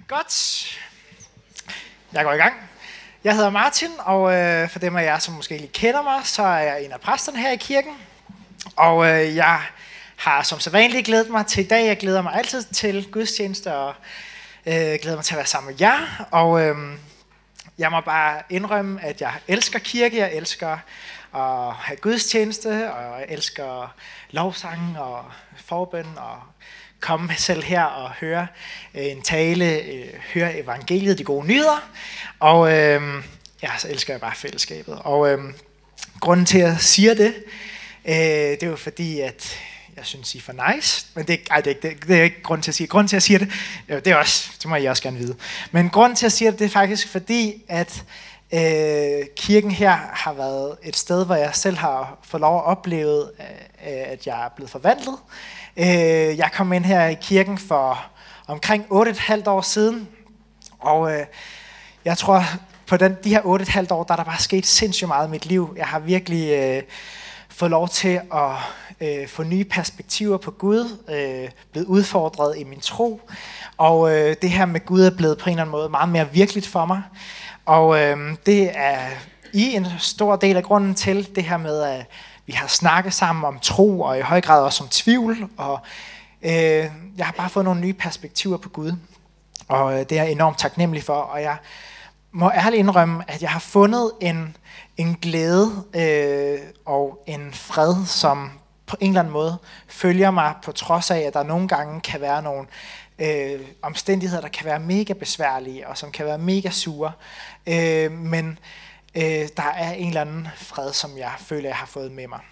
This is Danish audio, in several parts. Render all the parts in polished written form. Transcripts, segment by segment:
Godt. Jeg går i gang. Jeg hedder Martin, og for dem af jer, som måske lige kender mig, så er jeg en af præsterne her i kirken. Og jeg har som sædvanligt glædet mig til i dag. Jeg glæder mig altid til gudstjeneste, og glæder mig til at være sammen med jer. Og jeg må bare indrømme, at jeg elsker kirke. Jeg elsker at have gudstjeneste, og jeg elsker lovsangen og forbøn og komme selv her og høre en tale, høre evangeliet, de gode nyheder. Og så elsker jeg bare fællesskabet. Og grunden til, at jeg siger det, det er jo fordi, at jeg synes, I er for nice. Men det er ikke grund til at sige. Grunden til, at jeg siger det, det må I også gerne vide. Men grunden til, at jeg siger det, det er faktisk fordi, at kirken her har været et sted, hvor jeg selv har fået lov at opleve, at jeg er blevet forvandlet. Jeg kom ind her i kirken for omkring 8,5 år siden, og jeg tror, på de her 8,5 år, der er der bare sket sindssygt meget i mit liv. Jeg har virkelig fået lov til at få nye perspektiver på Gud, blevet udfordret i min tro, og det her med Gud er blevet på en eller anden måde meget mere virkeligt for mig. Og det er en stor del af grunden til det her med, at vi har snakket sammen om tro, og i høj grad også om tvivl, og jeg har bare fået nogle nye perspektiver på Gud, og det er jeg enormt taknemmelig for, og jeg må ærligt indrømme, at jeg har fundet en glæde og en fred, som på en eller anden måde følger mig, på trods af, at der nogle gange kan være nogle omstændigheder, der kan være mega besværlige, og som kan være mega sure, men der er en eller anden fred, som jeg føler, jeg har fået med mig.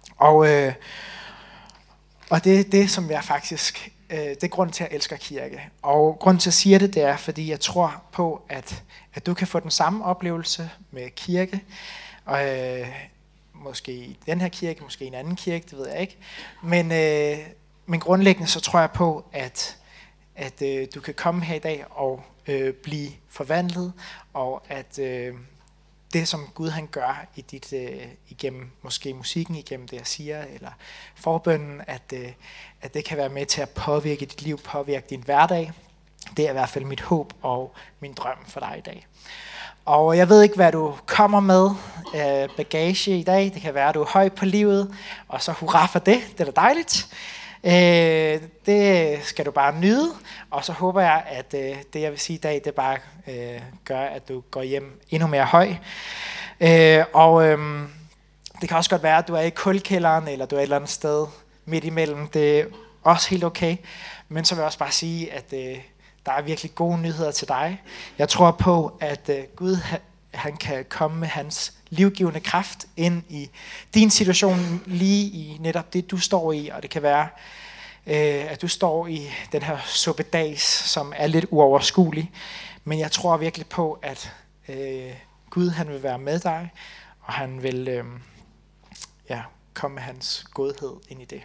Og det er det, som jeg faktisk, det er grunden til, at jeg elsker kirke. Og grunden til, at jeg siger det, det er, fordi jeg tror på, at du kan få den samme oplevelse med kirke, og måske i den her kirke, måske i en anden kirke, det ved jeg ikke. Men grundlæggende så tror jeg på, at du kan komme her i dag og blive forvandlet, og at det, som Gud han gør i dit, igennem måske musikken, igennem det, jeg siger, eller forbønnen, at det kan være med til at påvirke dit liv, påvirke din hverdag. Det er i hvert fald mit håb og min drøm for dig i dag. Og jeg ved ikke, hvad du kommer med bagage i dag. Det kan være, at du er høj på livet, og så hurra for det. Det er da dejligt. Det skal du bare nyde, og så håber jeg, at det jeg vil sige i dag, det bare gør, at du går hjem endnu mere høj. Det kan også godt være, at du er i kulkælderen, eller du er et eller andet sted midt imellem. Det er også helt okay, men så vil jeg også bare sige, at der er virkelig gode nyheder til dig. Jeg tror på, at Gud han kan komme med hans livgivende kraft ind i din situation, lige i netop det, du står i. Og det kan være, at du står i den her suppedags, som er lidt uoverskuelig. Men jeg tror virkelig på, at Gud han vil være med dig, og han vil komme med hans godhed ind i det.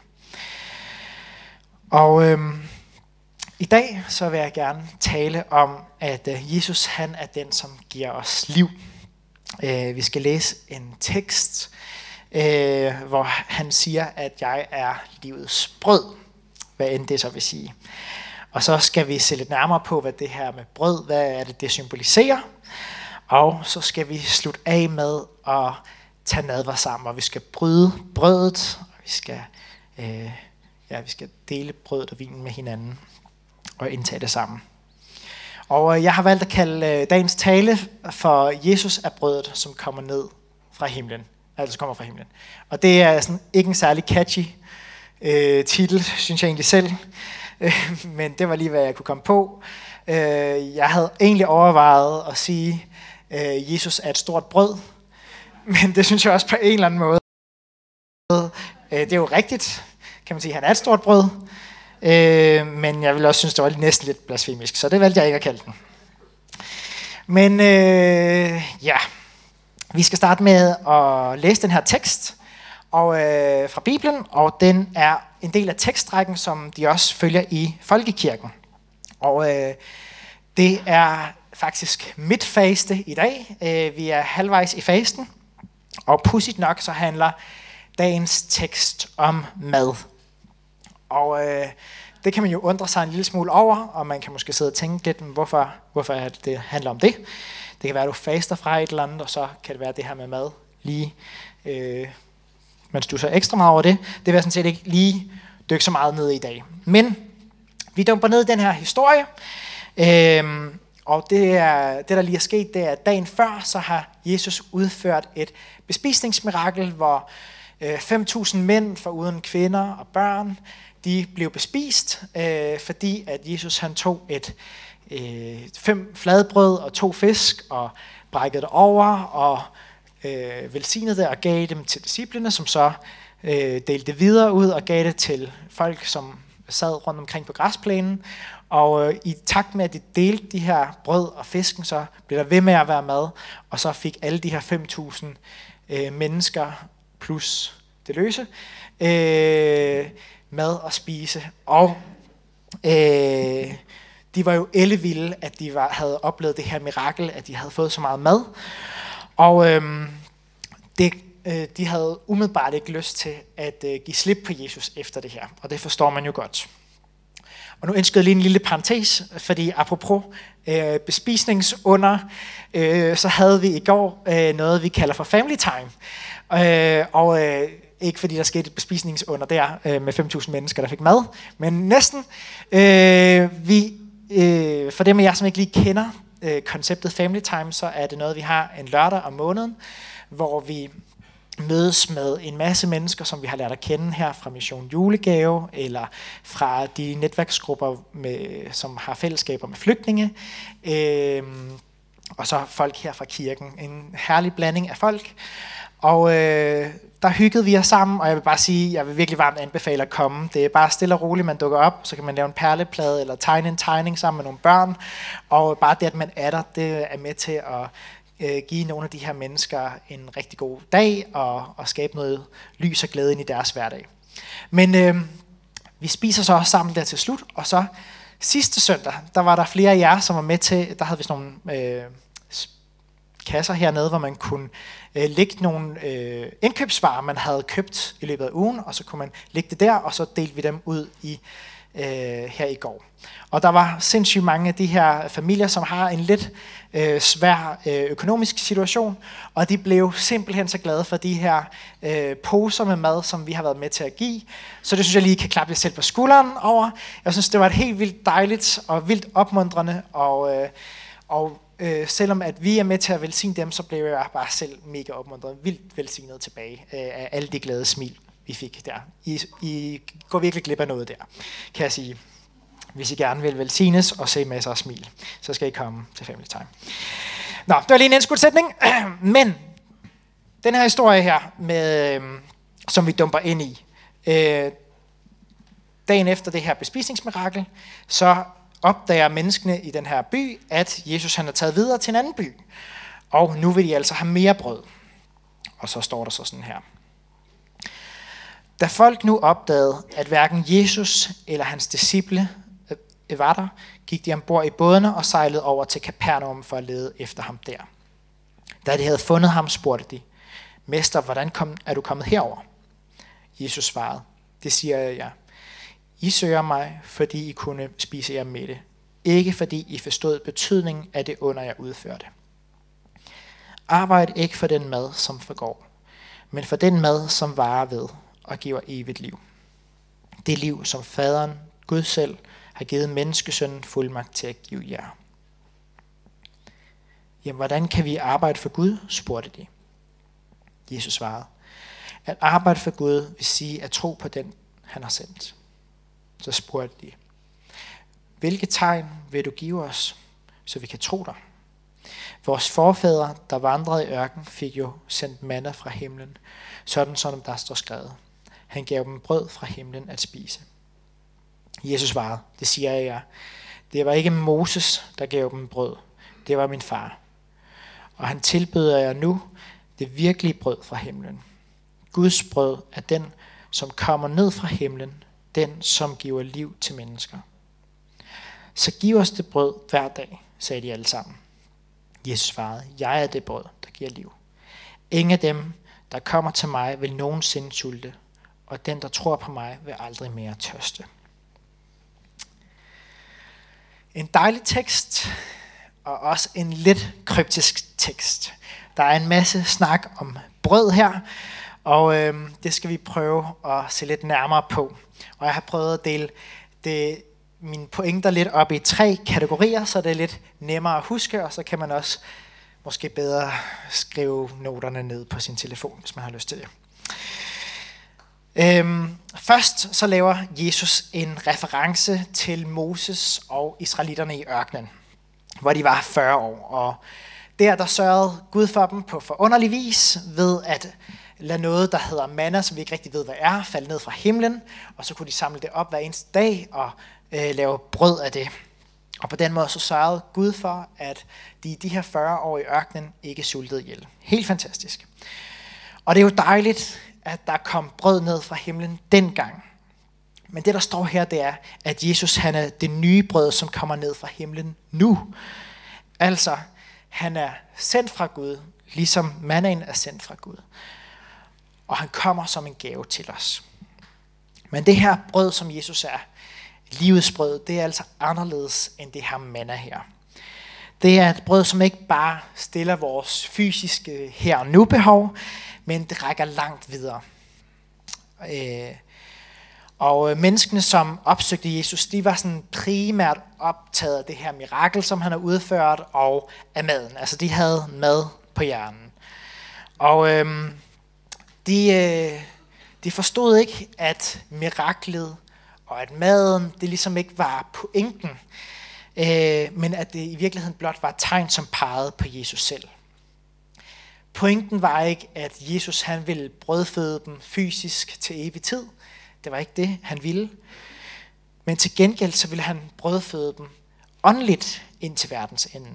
Og i dag så vil jeg gerne tale om, at Jesus han er den, som giver os liv. Vi skal læse en tekst, hvor han siger, at jeg er livets brød, hvad end det så vil sige. Og så skal vi se lidt nærmere på, hvad det her med brød, hvad er det symboliserer. Og så skal vi slutte af med at tage nadver sammen, og vi skal bryde brødet, og vi skal dele brødet og vinen med hinanden og indtage det sammen. Og jeg har valgt at kalde dagens tale for Jesus er brødet, som kommer ned fra himlen. Altså kommer fra himlen. Og det er sådan ikke en særlig catchy titel, synes jeg egentlig selv. Men det var lige, hvad jeg kunne komme på. Jeg havde egentlig overvejet at sige, Jesus er et stort brød. Men det synes jeg også på en eller anden måde. Det er jo rigtigt, kan man sige, han er et stort brød. Men jeg ville også synes, det var næsten lidt blasfemisk, så det valgte jeg ikke at kalde den. Men vi skal starte med at læse den her tekst fra Bibelen, og den er en del af tekstrækken, som de også følger i folkekirken. Og det er faktisk midtfaste i dag. Vi er halvvejs i fasten, og pudsigt nok så handler dagens tekst om mad. Og det kan man jo undre sig en lille smule over, og man kan måske sidde og tænke lidt, hvorfor det handler om det. Det kan være, at du faster fra et eller andet, og så kan det være det her med mad lige, mens du så ekstra meget over det. Det vil jeg sådan set ikke lige dykke så meget ned i dag. Men vi dumper ned i den her historie, og det der lige er sket, det er, at dagen før, så har Jesus udført et bespisningsmirakel, hvor 5.000 mænd foruden kvinder og børn, de blev bespist, fordi at Jesus han tog 5 fladbrød og 2 fisk og brækkede det over og velsignede det og gav dem til disciplene, som så delte det videre ud og gav det til folk, som sad rundt omkring på græsplænen. Og i takt med, at de delte de her brød og fisken, så blev der ved med at være mad, og så fik alle de her 5.000 mennesker plus det løse mad at spise. Og de var jo ellevilde, at de havde oplevet det her mirakel, at de havde fået så meget mad. Og de havde umiddelbart ikke lyst til at give slip på Jesus efter det her, og det forstår man jo godt. Og nu ønsker jeg lige en lille parentes, fordi apropos bespisningsunder, så havde vi i går noget, vi kalder for family time. Ikke fordi der skete et bespisningsunder der med 5.000 mennesker, der fik mad, men næsten. For dem af jer, som ikke lige kender konceptet family time, så er det noget, vi har en lørdag om måneden, hvor vi mødes med en masse mennesker, som vi har lært at kende her fra Mission Julegave, eller fra de netværksgrupper, som har fællesskaber med flygtninge, og så folk her fra kirken. En herlig blanding af folk. Og der hyggede vi os sammen, og jeg vil bare sige, jeg vil virkelig varmt anbefale at komme. Det er bare stille og roligt, man dukker op, så kan man lave en perleplade eller tegne en tegning sammen med nogle børn. Og bare det, at man er der, det er med til at give nogle af de her mennesker en rigtig god dag og skabe noget lys og glæde ind i deres hverdag. Men vi spiser så også sammen der til slut, og så sidste søndag, der var der flere af jer, som var med til, der havde vi sådan nogle kasser hernede, hvor man kunne lægge nogle indkøbsvarer, man havde købt i løbet af ugen, og så kunne man lægge det der, og så delte vi dem ud her i går. Og der var sindssygt mange af de her familier, som har en lidt svær økonomisk situation, og de blev simpelthen så glade for de her poser med mad, som vi har været med til at give. Så det synes jeg lige kan klappe jer selv på skulderen over. Jeg synes, det var et helt vildt dejligt og vildt opmuntrende, og selvom at vi er med til at velsigne dem, så blev jeg bare selv mega opmuntret, vildt velsignet tilbage af alle de glade smil, vi fik der. I går virkelig glip af noget der, kan jeg sige. Hvis I gerne vil velsignes og se masser af smil, så skal I komme til Family Time. Nå, det var lige en indskudsætning, men den her historie her, som vi dumper ind i, dagen efter det her bespisningsmirakel, så opdager menneskene i den her by, at Jesus han er taget videre til en anden by, og nu vil de altså have mere brød. Og så står der så sådan her. Da folk nu opdagede, at hverken Jesus eller hans disciple var der, gik de ombord i bådene og sejlede over til Kapernaum for at lede efter ham der. Da de havde fundet ham, spurgte de, Mester, hvordan er du kommet herover? Jesus svarede, det siger jeg jer. I søger mig, fordi I kunne spise jer mætte, ikke fordi I forstod betydningen af det under, jeg udførte. Arbejd ikke for den mad, som forgår, men for den mad, som varer ved og giver evigt liv. Det liv, som faderen, Gud selv, har givet menneskesønnen fuldmagt til at give jer. Jamen, hvordan kan vi arbejde for Gud, spurgte de. Jesus svarede, at arbejde for Gud vil sige at tro på den, han har sendt. Så spurgte de, hvilke tegn vil du give os, så vi kan tro dig? Vores forfædre, der vandrede i ørken, fik jo sendt manna fra himlen, sådan som der står skrevet. Han gav dem brød fra himlen at spise. Jesus svarede, det siger jeg jer. Det var ikke Moses, der gav dem brød. Det var min far. Og han tilbyder jer nu det virkelige brød fra himlen. Guds brød er den, som kommer ned fra himlen, den, som giver liv til mennesker. Så giv os det brød hver dag, sagde de alle sammen. Jesus svarede, jeg er det brød, der giver liv. Ingen af dem, der kommer til mig, vil nogensinde sulte, og den, der tror på mig, vil aldrig mere tørste. En dejlig tekst, og også en lidt kryptisk tekst. Der er en masse snak om brød her, og det skal vi prøve at se lidt nærmere på. Og jeg har prøvet at dele mine pointer lidt op i 3 kategorier, så det er lidt nemmere at huske, og så kan man også måske bedre skrive noterne ned på sin telefon, hvis man har lyst til det. Først så laver Jesus en reference til Moses og israelitterne i ørkenen, hvor de var 40 år. Og der sørgede Gud for dem på forunderlig vis ved at lade noget, der hedder manna, som vi ikke rigtig ved, hvad er, falde ned fra himlen, og så kunne de samle det op hver eneste dag og lave brød af det. Og på den måde så sørgede Gud for, at de her 40 år i ørkenen ikke sultede ihjel. Helt fantastisk. Og det er jo dejligt, at der kom brød ned fra himlen dengang. Men det, der står her, det er, at Jesus han er det nye brød, som kommer ned fra himlen nu. Altså, han er sendt fra Gud, ligesom mannaen er sendt fra Gud. Og han kommer som en gave til os. Men det her brød, som Jesus er, livets brød, det er altså anderledes end det her manna her. Det er et brød, som ikke bare stiller vores fysiske her og nu behov, men det rækker langt videre. Og menneskene, som opsøgte Jesus, de var sådan primært optaget af det her mirakel, som han har udført, og af maden. Altså de havde mad på hjernen. Og de forstod ikke, at miraklet og at maden, det ligesom ikke var pointen, men at det i virkeligheden blot var et tegn, som pegede på Jesus selv. Pointen var ikke, at Jesus han ville brødføde dem fysisk til evig tid. Det var ikke det, han ville. Men til gengæld så ville han brødføde dem åndeligt ind til verdens ende.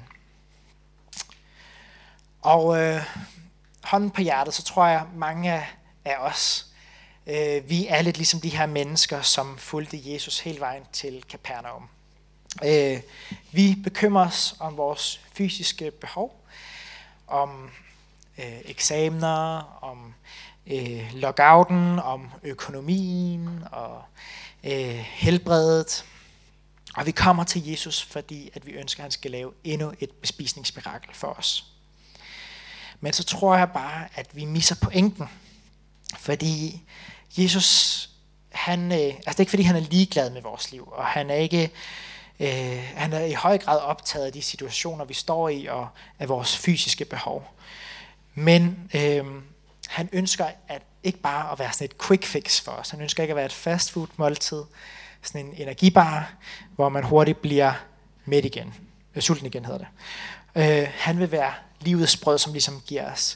Og hånden på hjertet, så tror jeg, mange af os, vi er lidt ligesom de her mennesker, som fulgte Jesus hele vejen til Kapernaum. Vi bekymrer os om vores fysiske behov, om eksamener, om lockouten, om økonomien og helbredet. Og vi kommer til Jesus, fordi at vi ønsker, at han skal lave endnu et bespisningsmirakel for os. Men så tror jeg bare, at vi misser pointen. Fordi Jesus, det er ikke fordi han er ligeglad med vores liv, og han er i høj grad optaget af de situationer, vi står i, og af vores fysiske behov. Men han ønsker at ikke bare at være sådan et quick fix for os. Han ønsker ikke at være et fast food måltid, sådan en energibar, hvor man hurtigt bliver mæt igen. Sulten igen hedder det. Han vil være livets brød, som ligesom giver os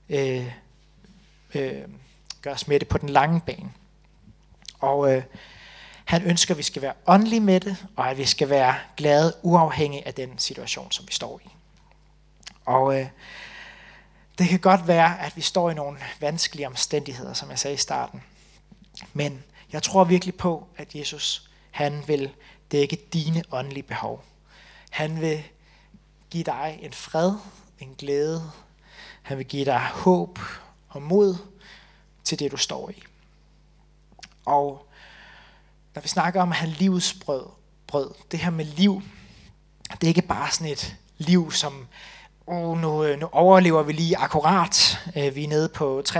gør os mætte på den lange bane. Og han ønsker, at vi skal være åndelige mætte, og at vi skal være glade, uafhængig af den situation, som vi står i. Og det kan godt være, at vi står i nogle vanskelige omstændigheder, som jeg sagde i starten. Men jeg tror virkelig på, at Jesus, han vil dække dine åndelige behov. Han vil give dig en fred, en glæde. Han vil give dig håb og mod til det, du står i. Og når vi snakker om at have livets brød, det her med liv, det er ikke bare sådan et liv, som nu overlever vi lige akkurat. Vi er nede på 53%.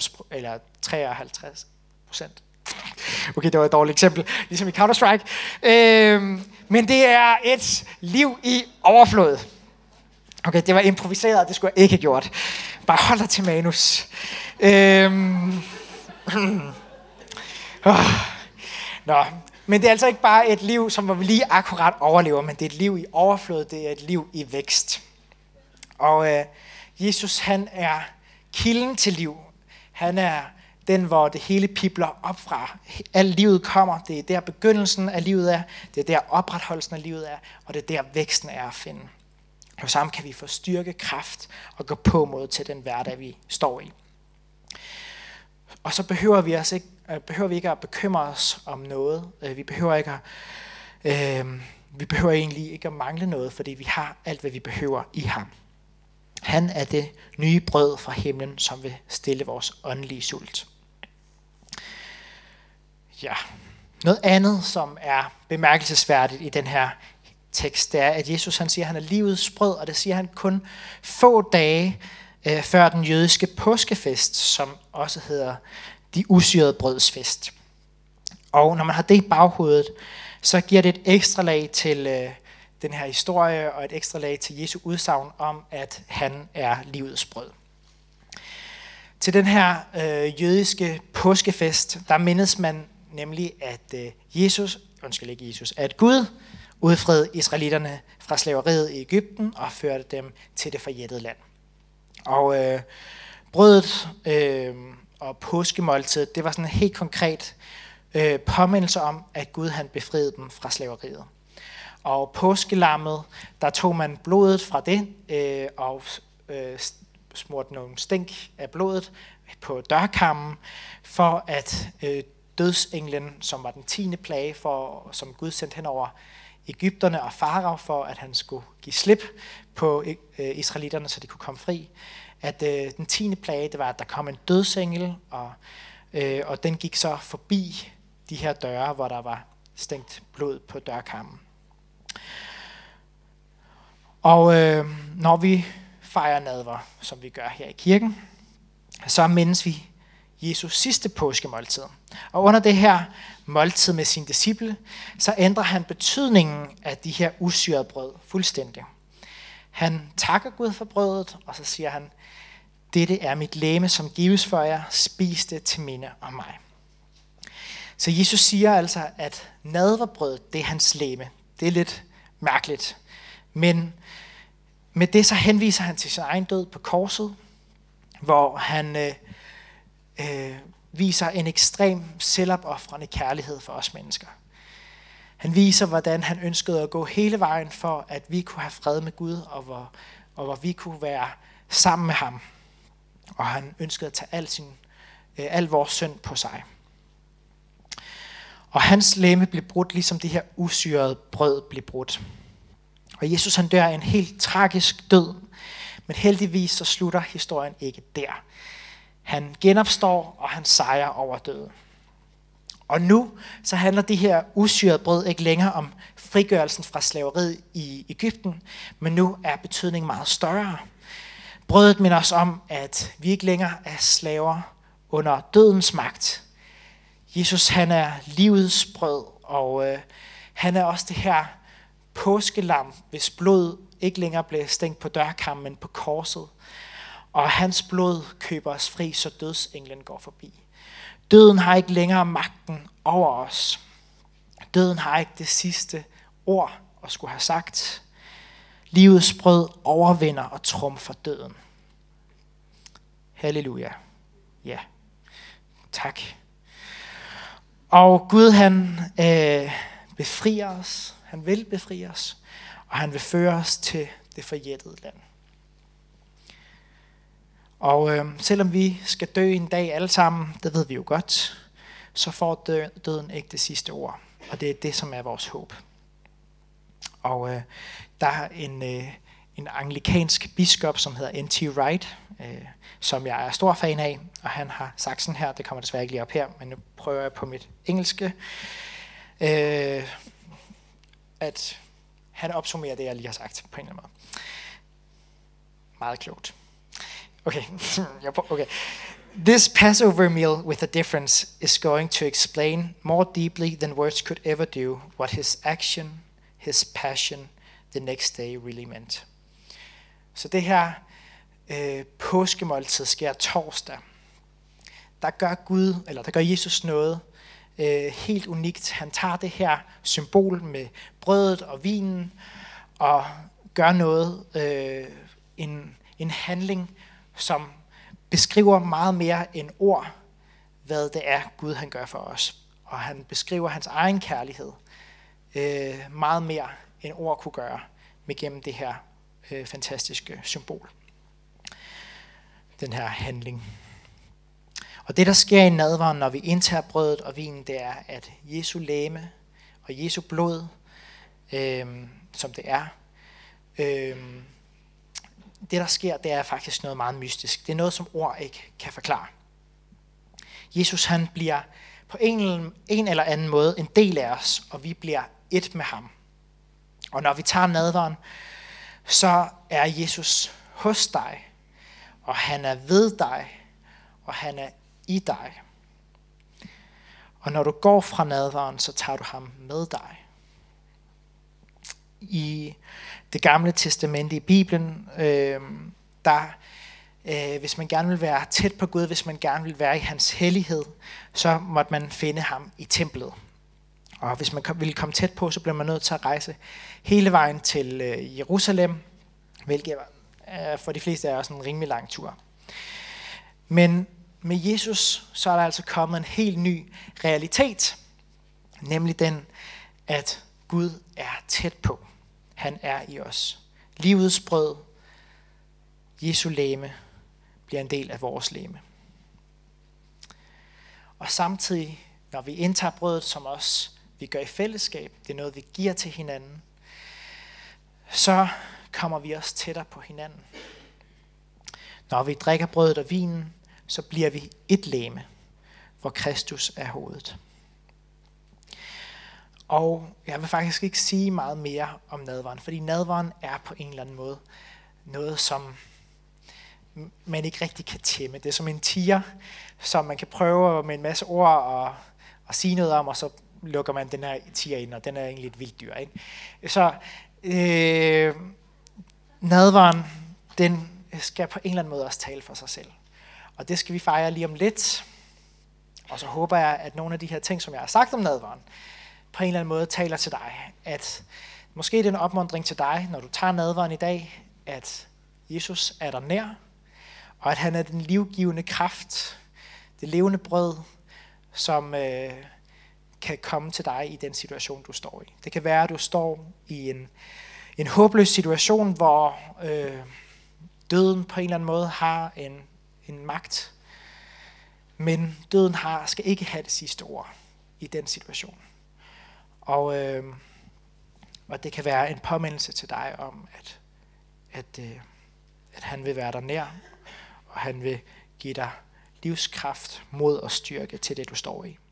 Okay, det var et dårligt eksempel, ligesom i Counter-Strike. Men det er et liv i overflod. Okay, det var improviseret, det skulle jeg ikke have gjort. Bare hold dig til manus. Nå, men det er altså ikke bare et liv, som hvor vi lige akkurat overlever, men det er et liv i overflod, det er et liv i vækst. Og Jesus, han er kilden til liv. Han er den, hvor det hele pibler op fra. Alt livet kommer, det er der begyndelsen af livet er, det er der opretholdelsen af livet er, og det er der væksten er at finde. Og sammen kan vi få styrke, kraft og gå på mod til den hverdag, vi står i. Og så behøver vi ikke at bekymre os om noget. Vi behøver egentlig ikke at mangle noget, fordi vi har alt, hvad vi behøver i ham. Han er det nye brød fra himlen, som vil stille vores åndelige sult. Ja. Noget andet, som er bemærkelsesværdigt i den her tekst, det er, at Jesus han siger, at han er livets brød, og det siger han kun få dage før den jødiske påskefest, som også hedder de usyrede brøds fest. Og når man har det i baghovedet, så giver det et ekstra lag til den her historie, og et ekstra lag til Jesu udsagn om, at han er livets brød. Til den her jødiske påskefest, der mindes man nemlig, at at Gud udfriede israelitterne fra slaveriet i Egypten og førte dem til det forjættede land. Og brødet og påskemåltidet, det var sådan en helt konkret påmindelse om, at Gud han befriede dem fra slaveriet. Og påskelammet, der tog man blodet fra det og smurte nogle stænk af blodet på dørkarmen, for at dødsenglen, som var den 10. plage, som Gud sendte hen over Egypterne og Farao, for at han skulle give slip på israelitterne, så de kunne komme fri. At den 10. plage, det var, at der kom en dødsengel, og den gik så forbi de her døre, hvor der var stængt blod på dørkarmen. Og når vi fejrer nadver, som vi gør her i kirken, så mindes vi Jesus sidste påskemåltid. Og under det her måltid med sine disciple, så ændrer han betydningen af de her usyrede brød fuldstændig. Han takker Gud for brødet, og så siger han, dette er mit legeme, som gives for jer, spis det til minde om mig. Så Jesus siger altså, at nadverbrødet, det er hans legeme. Det er lidt mærkeligt. Men med det så henviser han til sin egen død på korset, hvor han viser en ekstrem selvopofrende kærlighed for os mennesker. Han viser, hvordan han ønskede at gå hele vejen for, at vi kunne have fred med Gud, og hvor vi kunne være sammen med ham. Og han ønskede at tage al vores synd på sig. Og hans legeme blev brudt, ligesom det her usyrede brød blev brudt. Og Jesus han dør en helt tragisk død, men heldigvis så slutter historien ikke der. Han genopstår, og han sejrer over døden. Og nu så handler det her usyrede brød ikke længere om frigørelsen fra slaveriet i Egypten, men nu er betydningen meget større. Brødet minder os om, at vi ikke længere er slaver under dødens magt. Jesus han er livets brød, og han er også det her påskelam, hvis blod ikke længere blev stængt på dørkarmen, men på korset. Og hans blod køber os fri, så dødsenglen går forbi. Døden har ikke længere magten over os. Døden har ikke det sidste ord at skulle have sagt. Livets brød overvinder og trumfer døden. Halleluja. Ja. Tak. Og Gud han befrier os. Han vil befri os. Og han vil føre os til det forjættede land. Og selvom vi skal dø en dag alle sammen, det ved vi jo godt, så får døden ikke det sidste ord. Og det er det, som er vores håb. Og der er en anglikansk biskop, som hedder N.T. Wright, som jeg er stor fan af. Og han har sagt sådan her, det kommer desværre ikke lige op her, men nu prøver jeg på mit engelske, at han opsummerer det, jeg lige har sagt på en eller anden måde. Meget klogt. Okay. This Passover meal with a difference is going to explain more deeply than words could ever do what his action, his passion, the next day really meant. Så det her påskemåltid sker torsdag. Der gør Jesus noget helt unikt. Han tager det her symbol med brødet og vinen og gør noget, en handling, som beskriver meget mere end ord, hvad det er, Gud han gør for os. Og han beskriver hans egen kærlighed meget mere, end ord kunne gøre, med gennem det her fantastiske symbol. Den her handling. Og det, der sker i nadveren, når vi indtager brødet og vinen, det er, at Jesu legeme og Jesu blod, som det er, det, der sker, det er faktisk noget meget mystisk. Det er noget, som ord ikke kan forklare. Jesus, han bliver på en eller anden måde en del af os, og vi bliver et med ham. Og når vi tager nadveren, så er Jesus hos dig, og han er ved dig, og han er i dig. Og når du går fra nadveren, så tager du ham med dig. I det gamle testamente i Bibelen, hvis man gerne vil være tæt på Gud, hvis man gerne vil være i hans hellighed, så måtte man finde ham i templet. Og hvis man ville komme tæt på, så bliver man nødt til at rejse hele vejen til Jerusalem, hvilket for de fleste er også en rimelig lang tur. Men med Jesus, så er der altså kommet en helt ny realitet, nemlig den, at Gud er tæt på. Han er i os. Livets brød, Jesu legeme, bliver en del af vores legeme. Og samtidig, når vi indtager brødet, som også vi gør i fællesskab, det er noget, vi giver til hinanden, så kommer vi også tættere på hinanden. Når vi drikker brødet og vinen, så bliver vi et legeme, hvor Kristus er hovedet. Og jeg vil faktisk ikke sige meget mere om nadveren, fordi nadveren er på en eller anden måde noget, som man ikke rigtig kan tæmme. Det er som en tiger, som man kan prøve med en masse ord og sige noget om, og så lukker man den her tiger ind, og den er egentlig et vildt dyr. Ikke? Så nadveren, den skal på en eller anden måde også tale for sig selv. Og det skal vi fejre lige om lidt. Og så håber jeg, at nogle af de her ting, som jeg har sagt om nadveren, på en eller anden måde taler til dig. At måske det er en opmuntring til dig, når du tager nadveren i dag, at Jesus er der nær, og at han er den livgivende kraft, det levende brød, som kan komme til dig i den situation, du står i. Det kan være, at du står i en håbløs situation, hvor døden på en eller anden måde har en magt. Men døden skal ikke have det sidste ord i den situation. Og det kan være en påmindelse til dig om, at han vil være der nær, og han vil give dig livskraft, mod og styrke til det, du står i.